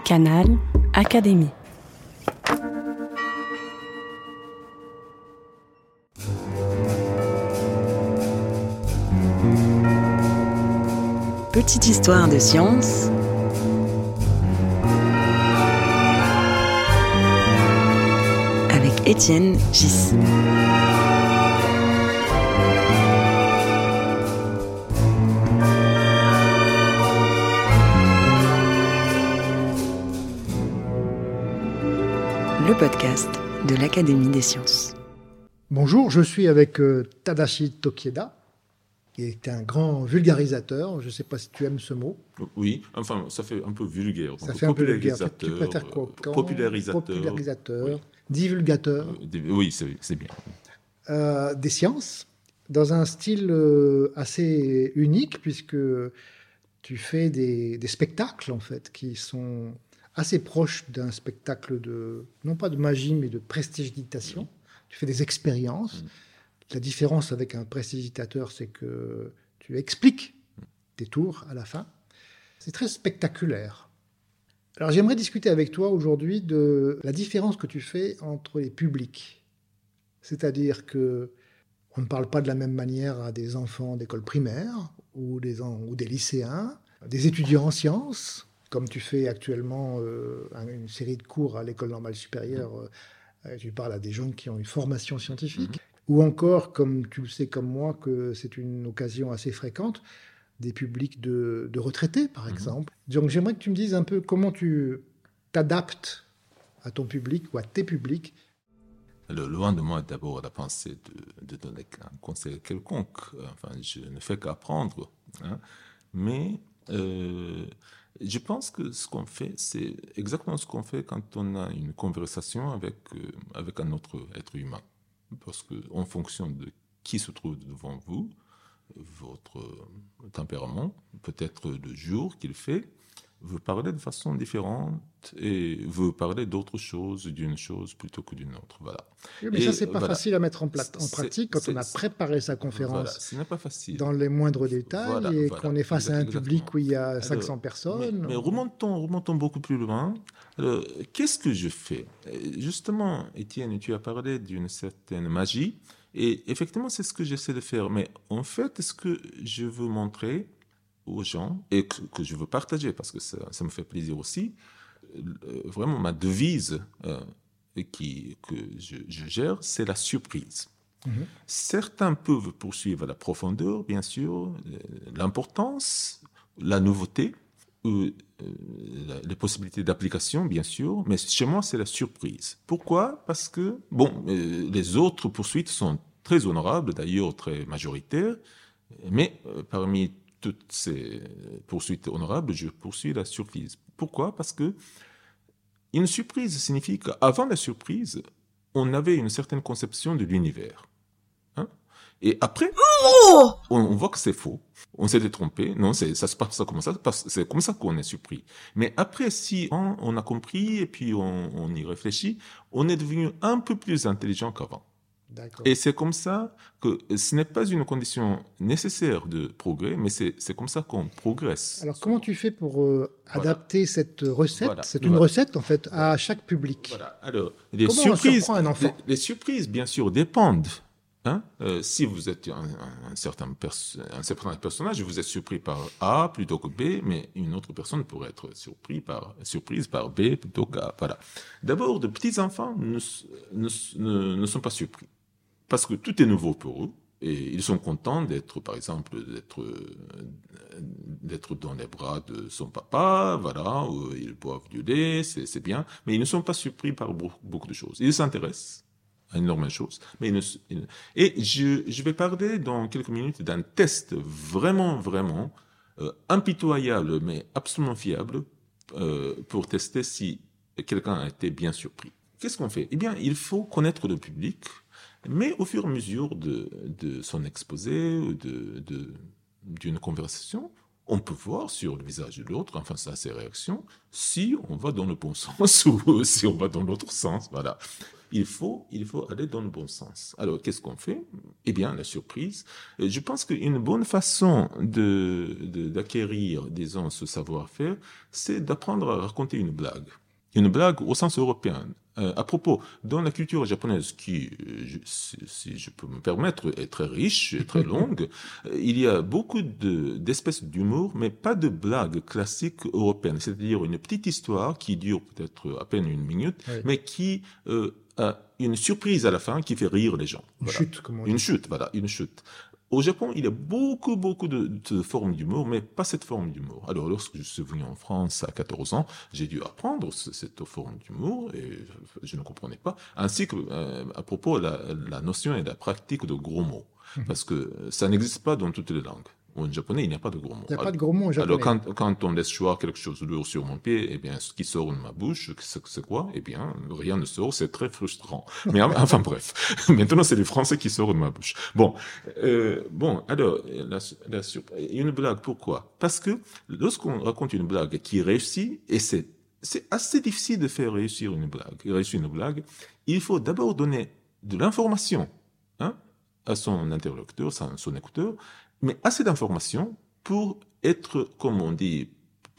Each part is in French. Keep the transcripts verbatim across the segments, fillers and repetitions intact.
Canal Académie. Petite histoire de science avec Étienne Gis. Le podcast de l'Académie des sciences. Bonjour, je suis avec euh, Tadashi Tokieda, qui est un grand vulgarisateur. Je ne sais pas si tu aimes ce mot. Oui, enfin, ça fait un peu vulgaire. Ça fait un peu vulgaire. Tu préfères quoi? Quand Popularisateur. Popularisateur, oui. Divulgateur. Euh, oui, c'est, c'est bien. Euh, des sciences, dans un style euh, assez unique, puisque tu fais des, des spectacles, en fait, qui sont assez proches d'un spectacle de, non pas de magie, mais de prestidigitation. Mmh. Tu fais des expériences. Mmh. La différence avec un prestidigitateur, c'est que tu expliques tes tours à la fin. C'est très spectaculaire. Alors j'aimerais discuter avec toi aujourd'hui de la différence que tu fais entre les publics. C'est-à-dire que on ne parle pas de la même manière à des enfants d'école primaire ou des, ou des lycéens, des étudiants en sciences, comme tu fais actuellement euh, une série de cours à l'école normale supérieure. Euh, tu parles à des gens qui ont une formation scientifique. Mmh. Ou encore, comme tu le sais comme moi, que c'est une occasion assez fréquente, des publics de, de retraités, par mmh. exemple. Donc j'aimerais que tu me dises un peu comment tu t'adaptes à ton public ou à tes publics. Alors, loin de moi d'abord la pensée de, de donner un conseil quelconque. Enfin, je ne fais qu'apprendre. Hein. Mais euh, je pense que ce qu'on fait, c'est exactement ce qu'on fait quand on a une conversation avec, euh, avec un autre être humain. Parce qu'en fonction de qui se trouve devant vous, votre tempérament, peut-être le jour qu'il fait, vous parlez de façon différente et vous parlez d'autre chose, d'une chose plutôt que d'une autre. Voilà. Oui, mais et ça, c'est pas voilà. facile à mettre en, pla- en pratique quand c'est, on a préparé sa conférence voilà, ce n'est pas facile. dans les moindres détails voilà, et voilà, qu'on est face exactement. à un public où il y a cinq cents Alors, personnes. Mais, mais remontons, remontons beaucoup plus loin. Alors, qu'est-ce que je fais ? Justement, Étienne, tu as parlé d'une certaine magie et effectivement, c'est ce que j'essaie de faire. Mais en fait, ce que je veux montrer aux gens et que, que je veux partager parce que ça, ça me fait plaisir aussi. Euh, vraiment, ma devise euh, qui, que je, je gère, c'est la surprise. Mmh. Certains peuvent poursuivre la profondeur, bien sûr, l'importance, la nouveauté, euh, les possibilités d'application, bien sûr, mais chez moi, c'est la surprise. Pourquoi ? Parce que, bon, euh, les autres poursuites sont très honorables, d'ailleurs très majoritaires, mais euh, parmi toutes ces poursuites honorables, je poursuis la surprise. Pourquoi ? Parce que une surprise signifie qu'avant la surprise, on avait une certaine conception de l'univers. Hein ? Et après, oh on, on voit que c'est faux. On s'était trompé. Non, c'est, ça se passe comme ça. C'est comme ça qu'on est surpris. Mais après, si on, on a compris et puis on, on y réfléchit, on est devenu un peu plus intelligent qu'avant. D'accord. Et c'est comme ça que ce n'est pas une condition nécessaire de progrès, mais c'est, c'est comme ça qu'on progresse. Alors, comment tu fais pour euh, voilà. adapter cette recette, voilà. c'est une voilà. recette en fait, à chaque public. Voilà. Alors, les comment surprises, on surprend un enfant ? les, les surprises, bien sûr, dépendent. Hein euh, si vous êtes un, un, certain pers- un certain personnage, vous êtes surpris par A plutôt que B, mais une autre personne pourrait être surpris par, surprise par B plutôt qu'A. Voilà. D'abord, de petits enfants ne, ne, ne, ne sont pas surpris. Parce que tout est nouveau pour eux, et ils sont contents d'être, par exemple, d'être, d'être dans les bras de son papa, voilà, où ils boivent du lait, c'est, c'est bien, mais ils ne sont pas surpris par beaucoup de choses. Ils s'intéressent à énormément de choses. Mais ils ne, ils, et je, je vais parler dans quelques minutes d'un test vraiment, vraiment euh, impitoyable, mais absolument fiable, euh, pour tester si quelqu'un a été bien surpris. Qu'est-ce qu'on fait ? Eh bien, il faut connaître le public, mais au fur et à mesure de, de son exposé ou de, de, d'une conversation, on peut voir sur le visage de l'autre, enfin, ça, ses réactions, si on va dans le bon sens ou si on va dans l'autre sens, voilà. il faut, il faut aller dans le bon sens. Alors, qu'est-ce qu'on fait? Eh bien, la surprise. Je pense qu'une bonne façon de, de, d'acquérir, disons, ce savoir-faire, c'est d'apprendre à raconter une blague. Une blague au sens européen. Euh, à propos, dans la culture japonaise, qui, je, si, si je peux me permettre, est très riche, et très longue, il y a beaucoup de, d'espèces d'humour, mais pas de blagues classiques européennes. C'est-à-dire une petite histoire qui dure peut-être à peine une minute, oui. mais qui euh, a une surprise à la fin qui fait rire les gens. Une voilà. chute, comme on dit. Une chute, voilà, une chute. Au Japon, il y a beaucoup, beaucoup de, de formes d'humour, mais pas cette forme d'humour. Alors, lorsque je suis venu en France à quatorze ans, j'ai dû apprendre ce, cette forme d'humour et je ne comprenais pas. Ainsi que, euh, à propos, la, la notion et la pratique de gros mots. Mmh. Parce que ça n'existe pas dans toutes les langues. En japonais, il n'y a pas de gros mots. Il n'y a alors, pas de gros mots en japonais. Alors, quand, quand on laisse choir quelque chose de lourd sur mon pied, eh bien, ce qui sort de ma bouche, c'est, c'est quoi? Eh bien, rien ne sort, c'est très frustrant. Mais enfin, bref. Maintenant, c'est les Français qui sortent de ma bouche. Bon, euh, bon, alors, la, la, une blague, pourquoi? Parce que lorsqu'on raconte une blague qui réussit, et c'est, c'est assez difficile de faire réussir une blague, réussir une blague, il faut d'abord donner de l'information, hein, à son interlocuteur, son écouteur, mais assez d'informations pour être, comme on dit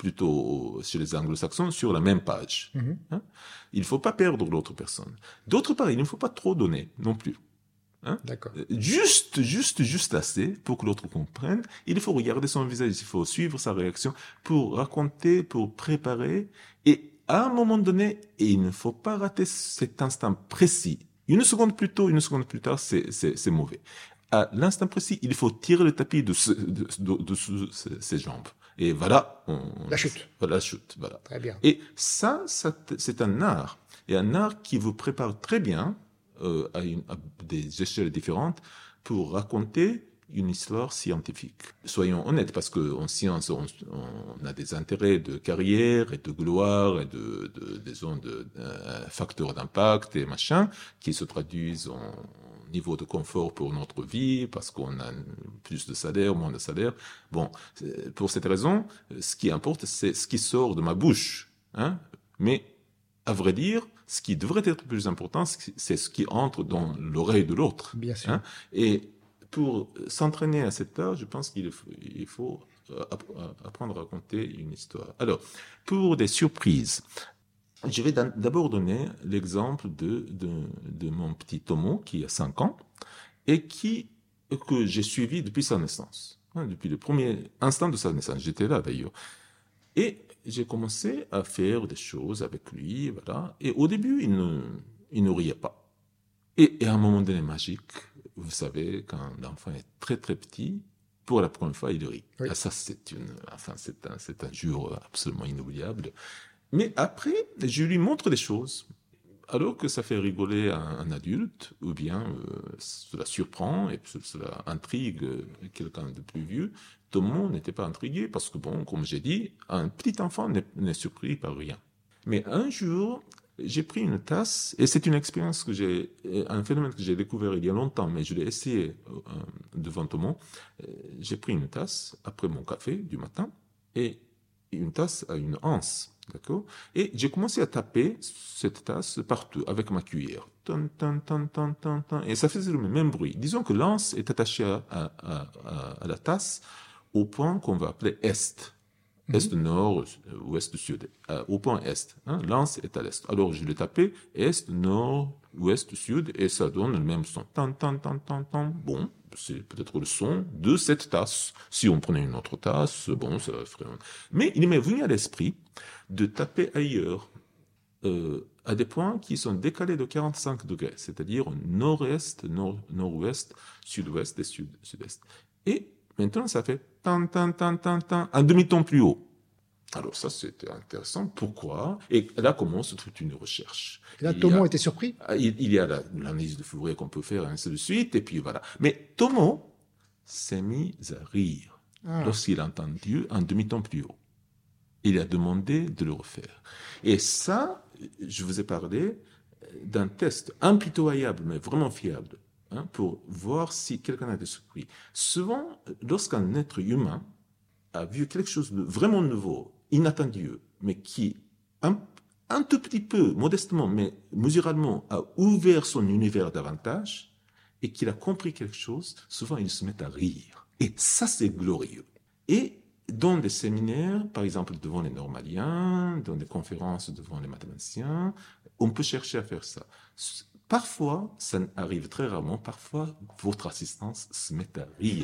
plutôt chez les anglo-saxons, sur la même page. Mm-hmm. Hein? Il ne faut pas perdre l'autre personne. D'autre part, il ne faut pas trop donner non plus. Hein? D'accord. Juste, juste, juste assez pour que l'autre comprenne. Il faut regarder son visage, il faut suivre sa réaction pour raconter, pour préparer. Et à un moment donné, et il ne faut pas rater cet instant précis. Une seconde plus tôt, une seconde plus tard, c'est, c'est, c'est mauvais. À l'instant précis, il faut tirer le tapis de, ce, de, de, de, de ses jambes. Et voilà. On, la chute. Voilà, la chute. Voilà. Très bien. Et ça, ça, c'est un art. Et un art qui vous prépare très bien euh, à, une, à des échelles différentes pour raconter une histoire scientifique. Soyons honnêtes, parce qu'en science, on, on a des intérêts de carrière et de gloire et de, de, disons, de, de euh, facteurs d'impact et machin, qui se traduisent en niveau de confort pour notre vie, parce qu'on a plus de salaire, moins de salaire. Bon, pour cette raison, ce qui importe, c'est ce qui sort de ma bouche. Hein? Mais, à vrai dire, ce qui devrait être plus important, c'est ce qui entre dans l'oreille de l'autre. Bien sûr. Hein? Et pour s'entraîner à cet art, je pense qu'il faut, il faut apprendre à raconter une histoire. Alors, pour des surprises, je vais d'abord donner l'exemple de, de, de mon petit Tomo qui a cinq ans et qui, que j'ai suivi depuis sa naissance, hein, depuis le premier instant de sa naissance. J'étais là d'ailleurs. Et j'ai commencé à faire des choses avec lui, voilà. Et au début, il ne, il ne riait pas. Et, et à un moment donné magique, vous savez, quand l'enfant est très très petit, pour la première fois, il rit. Oui. Ah, ça, c'est une, enfin, c'est un, c'est un jour absolument inoubliable. Mais après, je lui montre des choses, alors que ça fait rigoler un, un adulte, ou bien euh, cela surprend et cela intrigue quelqu'un de plus vieux. Tout le monde n'était pas intrigué parce que, bon, comme j'ai dit, un petit enfant n'est, n'est surpris par rien. Mais un jour, j'ai pris une tasse, et c'est une expérience que j'ai, un phénomène que j'ai découvert il y a longtemps, mais je l'ai essayé euh, devant tout le monde. J'ai pris une tasse après mon café du matin, et une tasse a une anse. D'accord? Et j'ai commencé à taper cette tasse partout avec ma cuillère. Tan, tan, tan, tan, tan, tan, et ça faisait le même bruit. Disons que l'anse est attachée à, à, à, à la tasse au point qu'on va appeler est. Mm-hmm. Est, nord, ouest, sud. Euh, au point est. Hein? L'anse est à l'est. Alors je l'ai tapé est, nord, ouest, sud, et ça donne le même son. Tan, tan, tan, tan, tan. Bon. C'est peut-être le son de cette tasse. Si on prenait une autre tasse, bon, ça ferait... Mais il m'est venu à l'esprit de taper ailleurs, euh, à des points qui sont décalés de quarante-cinq degrés, c'est-à-dire nord-est, nord, nord-ouest, sud-ouest et sud, sud-est. Et maintenant, ça fait tan, tan, tan, tan, tan, un demi-ton plus haut. Alors ça, c'était intéressant. Pourquoi? Et là commence toute une recherche. Et là, Tomo était surpris? Il, il y a la, l'analyse de Fourier qu'on peut faire, ainsi de suite, et puis voilà. Mais Tomo s'est mis à rire ah. lorsqu'il a entendu un demi-ton plus haut. Il a demandé de le refaire. Et ça, je vous ai parlé d'un test impitoyable, mais vraiment fiable, hein, pour voir si quelqu'un a été surpris. Souvent, lorsqu'un être humain a vu quelque chose de vraiment nouveau, inattendu, mais qui un tout petit peu, modestement, mais mesurablement, a ouvert son univers davantage et qu'il a compris quelque chose, souvent ils se mettent à rire. Et ça, c'est glorieux. Et dans des séminaires, par exemple devant les normaliens, dans des conférences devant les mathématiciens, on peut chercher à faire ça. Parfois, ça arrive très rarement, parfois votre assistance se met à rire.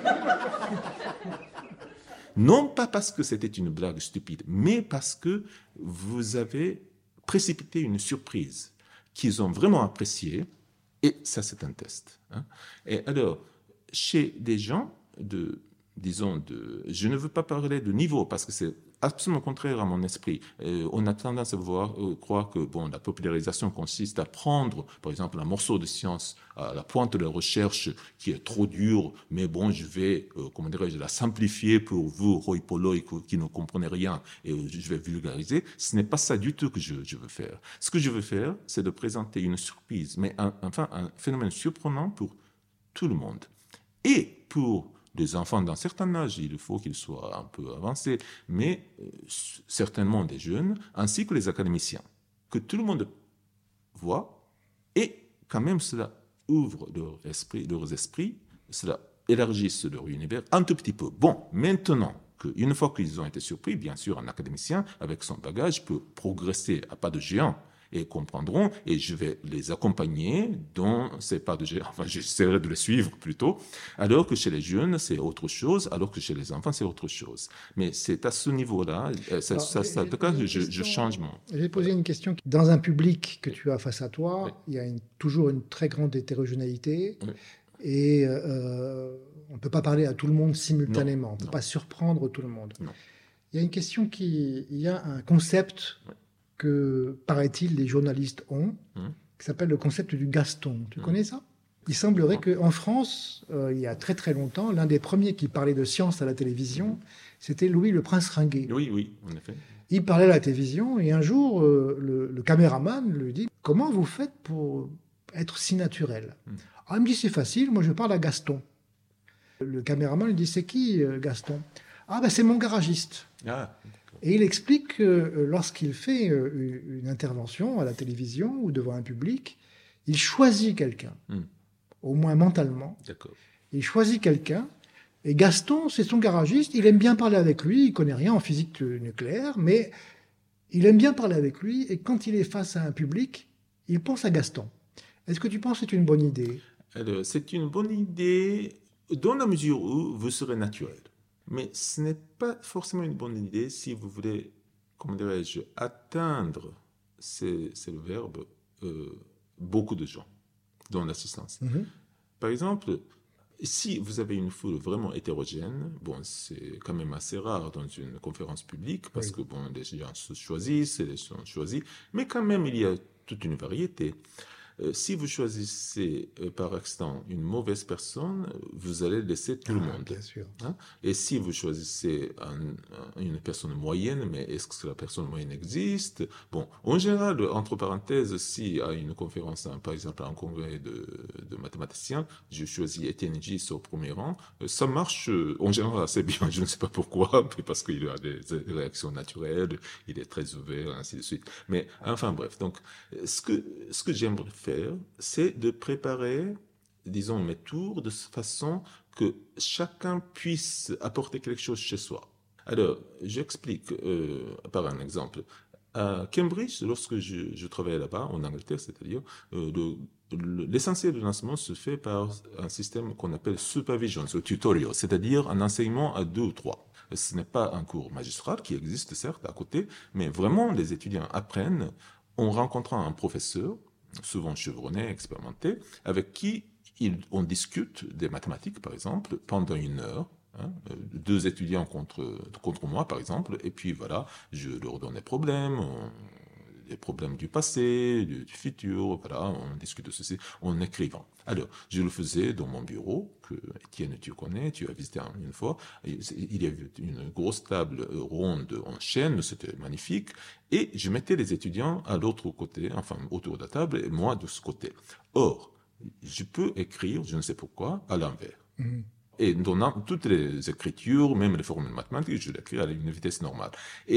Non pas parce que c'était une blague stupide, mais parce que vous avez précipité une surprise qu'ils ont vraiment appréciée, et ça c'est un test. Hein. Et alors, chez des gens de, disons, de, je ne veux pas parler de niveau parce que c'est absolument contraire à mon esprit. Euh, on a tendance à voir, euh, croire que bon, la popularisation consiste à prendre, par exemple, un morceau de science à la pointe de la recherche qui est trop dur, mais bon, je vais, euh, comment dirais-je, la simplifier pour vous, Roy Polloi, qui ne comprenez rien, et euh, je vais vulgariser. Ce n'est pas ça du tout que je, je veux faire. Ce que je veux faire, c'est de présenter une surprise, mais un, enfin un phénomène surprenant pour tout le monde. Et pour des enfants d'un certain âge, il faut qu'ils soient un peu avancés, mais euh, certainement des jeunes, ainsi que les académiciens, que tout le monde voit, et quand même cela ouvre leur esprit, leurs esprits, cela élargisse leur univers un tout petit peu. Bon, maintenant qu'une fois qu'ils ont été surpris, bien sûr, un académicien, avec son bagage, peut progresser à pas de géant, et comprendront, et je vais les accompagner dans ces pas de géant, enfin j'essaierai de les suivre plutôt, alors que chez les jeunes c'est autre chose, alors que chez les enfants c'est autre chose. Mais c'est à ce niveau-là, ça, Alors, ça, ça, en tout cas je, je change mon... J'ai posé une question. Dans un public que tu as face à toi, oui. il y a une, toujours une très grande hétérogénéité, oui. et euh, on ne peut pas parler à tout le monde simultanément, non, on ne peut non. pas surprendre tout le monde. Non. Il y a une question qui... Il y a un concept... Oui. que, paraît-il, les journalistes ont, mmh. qui s'appelle le concept du Gaston. Tu mmh. connais ça? Il semblerait qu'en France, euh, il y a très très longtemps, l'un des premiers qui parlait de science à la télévision, mmh. c'était Louis le Prince Ringuet. Oui, oui, en effet. Il parlait à la télévision et un jour, euh, le, le caméraman lui dit « Comment vous faites pour être si naturel ?» mmh. Alors, il me dit « C'est facile, moi je parle à Gaston. » Le caméraman lui dit « C'est qui euh, Gaston ?»« Ah ben c'est mon garagiste. Ah. » Et il explique que lorsqu'il fait une intervention à la télévision ou devant un public, il choisit quelqu'un, mmh. au moins mentalement. D'accord. Il choisit quelqu'un, et Gaston, c'est son garagiste, il aime bien parler avec lui, il ne connaît rien en physique nucléaire, mais il aime bien parler avec lui, et quand il est face à un public, il pense à Gaston. Est-ce que tu penses que c'est une bonne idée? Alors, c'est une bonne idée dans la mesure où vous serez naturel. Mais ce n'est pas forcément une bonne idée si vous voulez, comment dirais-je, atteindre, c'est, c'est le verbe, euh, beaucoup de gens dans l'assistance. Mm-hmm. Par exemple, si vous avez une foule vraiment hétérogène, bon, c'est quand même assez rare dans une conférence publique parce oui. que bon, les gens se choisissent, les gens sont choisis, mais quand même il y a toute une variété. Euh, si vous choisissez euh, par accident une mauvaise personne, vous allez laisser tout ah, le monde. Bien sûr. Hein? Et si vous choisissez un, un, une personne moyenne, mais est-ce que la personne moyenne existe? Bon, en général, entre parenthèses, si à une conférence, hein, par exemple, à un congrès de, de mathématiciens, je choisis Étienne Gis au premier rang, euh, ça marche euh, en général assez bien. Je ne sais pas pourquoi, mais parce qu'il a des, des réactions naturelles, il est très ouvert, ainsi de suite. Mais enfin bref, donc ce que ce que j'aimerais faire, c'est de préparer, disons, mes tours de façon que chacun puisse apporter quelque chose chez soi. Alors, j'explique euh, par un exemple. À Cambridge, lorsque je, je travaillais là-bas, en Angleterre, c'est-à-dire, euh, le, le, l'essentiel de l'enseignement se fait par un système qu'on appelle supervision, ou tutorial, c'est-à-dire un enseignement à deux ou trois. Ce n'est pas un cours magistral qui existe, certes, à côté, mais vraiment, les étudiants apprennent en rencontrant un professeur, souvent chevronné, expérimenté, avec qui il, on discute des mathématiques, par exemple, pendant une heure. Hein, deux étudiants contre, contre moi, par exemple, et puis voilà, je leur donne des problèmes, on, des problèmes du passé, du, du futur, voilà, on discute de ceci en écrivant. Alors, je le faisais dans mon bureau, que Étienne, tu connais, tu as visité une fois, il y avait une grosse table ronde en chêne, c'était magnifique, et je mettais les étudiants à l'autre côté, enfin autour de la table, et moi de ce côté. Or, je peux écrire, je ne sais pourquoi, à l'envers. Mmh. Et dans toutes les écritures, même les formules mathématiques, je l'écris à une vitesse normale. Et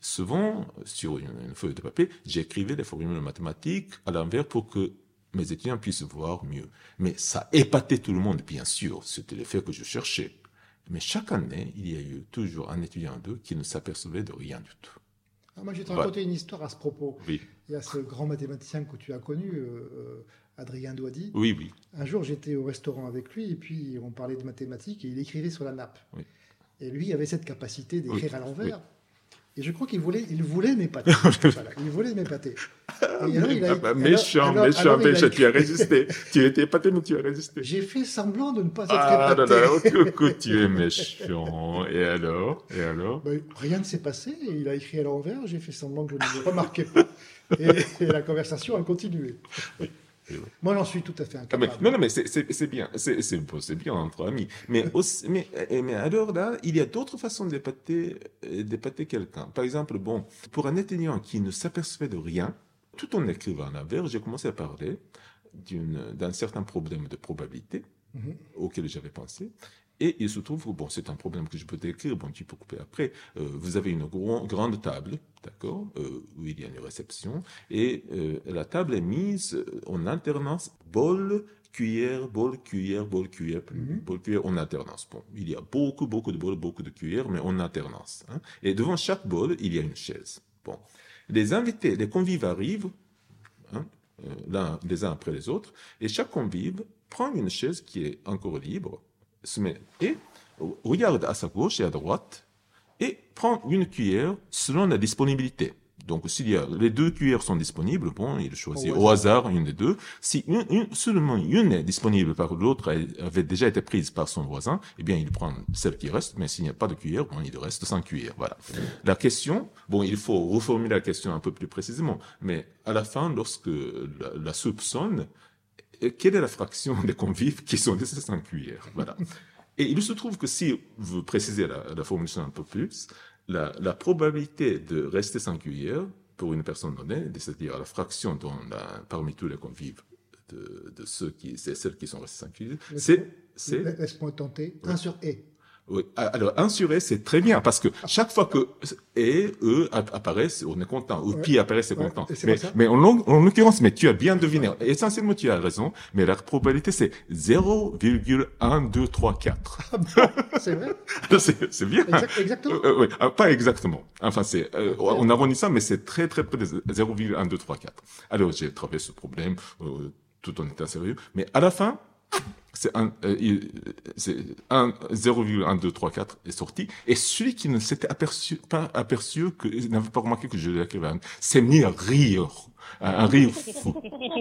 souvent, sur une, une feuille de papier, j'écrivais les formules mathématiques à l'envers pour que mes étudiants puissent voir mieux. Mais ça épatait tout le monde, bien sûr. C'était l'effet que je cherchais. Mais chaque année, il y a eu toujours un étudiant ou deux qui ne s'apercevait de rien du tout. Ah, moi, je vais te raconter ouais. une histoire à ce propos. Oui. Il y a ce grand mathématicien que tu as connu, euh, Adrien Douady. Oui, oui. Un jour, j'étais au restaurant avec lui et puis on parlait de mathématiques et il écrivait sur la nappe. Oui. Et lui avait cette capacité d'écrire oui. à l'envers. Oui. Et je crois qu'il voulait, il voulait m'épater. Voilà, il voulait m'épater. Et alors, il a, ah bah, méchant, alors, méchant, alors, méchant, tu as résisté. Tu étais épaté, mais tu as résisté. J'ai fait semblant de ne pas être ah, épaté. Ah là là, tu es méchant. Et alors Et alors ben, rien ne s'est passé. Il a écrit à l'envers. J'ai fait semblant que je ne le remarquais pas. Et, et la conversation a continué. Oui. Moi, j'en suis tout à fait incapable. Ah mais, non, non, mais c'est, c'est, c'est bien, c'est, c'est, c'est bien entre amis. Mais, aussi, mais, mais alors là, il y a d'autres façons d'épater, d'épater quelqu'un. Par exemple, bon, pour un étudiant qui ne s'apercevait de rien, tout en écrivant à l'envers, j'ai commencé à parler d'une, d'un certain problème de probabilité mm-hmm. auquel j'avais pensé. Et il se trouve que, bon, c'est un problème que je peux décrire, bon, tu peux couper après. Euh, vous avez une gro- grande table, d'accord, euh, où il y a une réception, et euh, la table est mise en alternance bol, cuillère, bol, cuillère, bol, cuillère, mm-hmm. bol, cuillère, en alternance. Bon, il y a beaucoup, beaucoup de bols, beaucoup de cuillères, mais en alternance. Hein. Et devant chaque bol, il y a une chaise. Bon, les invités, les convives arrivent, hein, euh, l'un, les uns après les autres, et chaque convive prend une chaise qui est encore libre, se met et regarde à sa gauche et à droite et prend une cuillère selon la disponibilité. Donc, s'il y a les deux cuillères sont disponibles, bon, il choisit au, au hasard une des deux. Si une, une, seulement une est disponible par l'autre avait déjà été prise par son voisin, eh bien, il prend celle qui reste. Mais s'il n'y a pas de cuillère, bon, il reste sans cuillère. Voilà. La question, bon, il faut reformuler la question un peu plus précisément. Mais à la fin, lorsque la, la soupe sonne, quelle est la fraction des convives qui sont laissés sans cuillère? Voilà. Et il se trouve que si vous précisez la, la formulation un peu plus, la, la probabilité de rester sans cuillère pour une personne donnée, c'est-à-dire la fraction dont la, parmi tous les convives de, de ceux qui, c'est celles qui sont restés sans cuillère, c'est, c'est... Laisse-moi tenter. un sur E. Oui. Alors, un sur E, c'est très bien, parce que chaque fois que E, E apparaissent, on est content, ou ouais. Pi apparaît, c'est ouais. content. C'est mais, mais en, en l'occurrence, mais tu as bien deviné. Ouais. Essentiellement, tu as raison, mais la probabilité, c'est zéro virgule un deux trois quatre. Ah bon, c'est vrai? c'est, c'est bien. Exact, exactement. Euh, oui, euh, pas exactement. Enfin, c'est, euh, on arrondit ça, mais c'est très, très près de zéro virgule un deux trois quatre. Alors, j'ai travaillé ce problème, euh, tout en étant sérieux, mais à la fin, c'est un, euh, il, c'est un zéro virgule un deux trois quatre est sorti, et celui qui ne s'était aperçu, pas aperçu, que, n'avait pas remarqué que je l'écrivais, s'est mis à rire, un, un rire fou,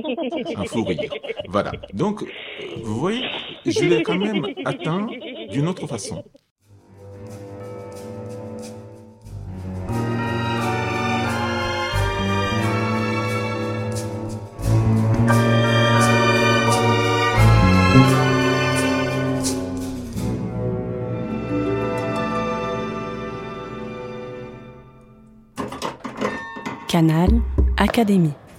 un fou rire. Voilà. Donc, vous voyez, je l'ai quand même atteint d'une autre façon. Canal Académie.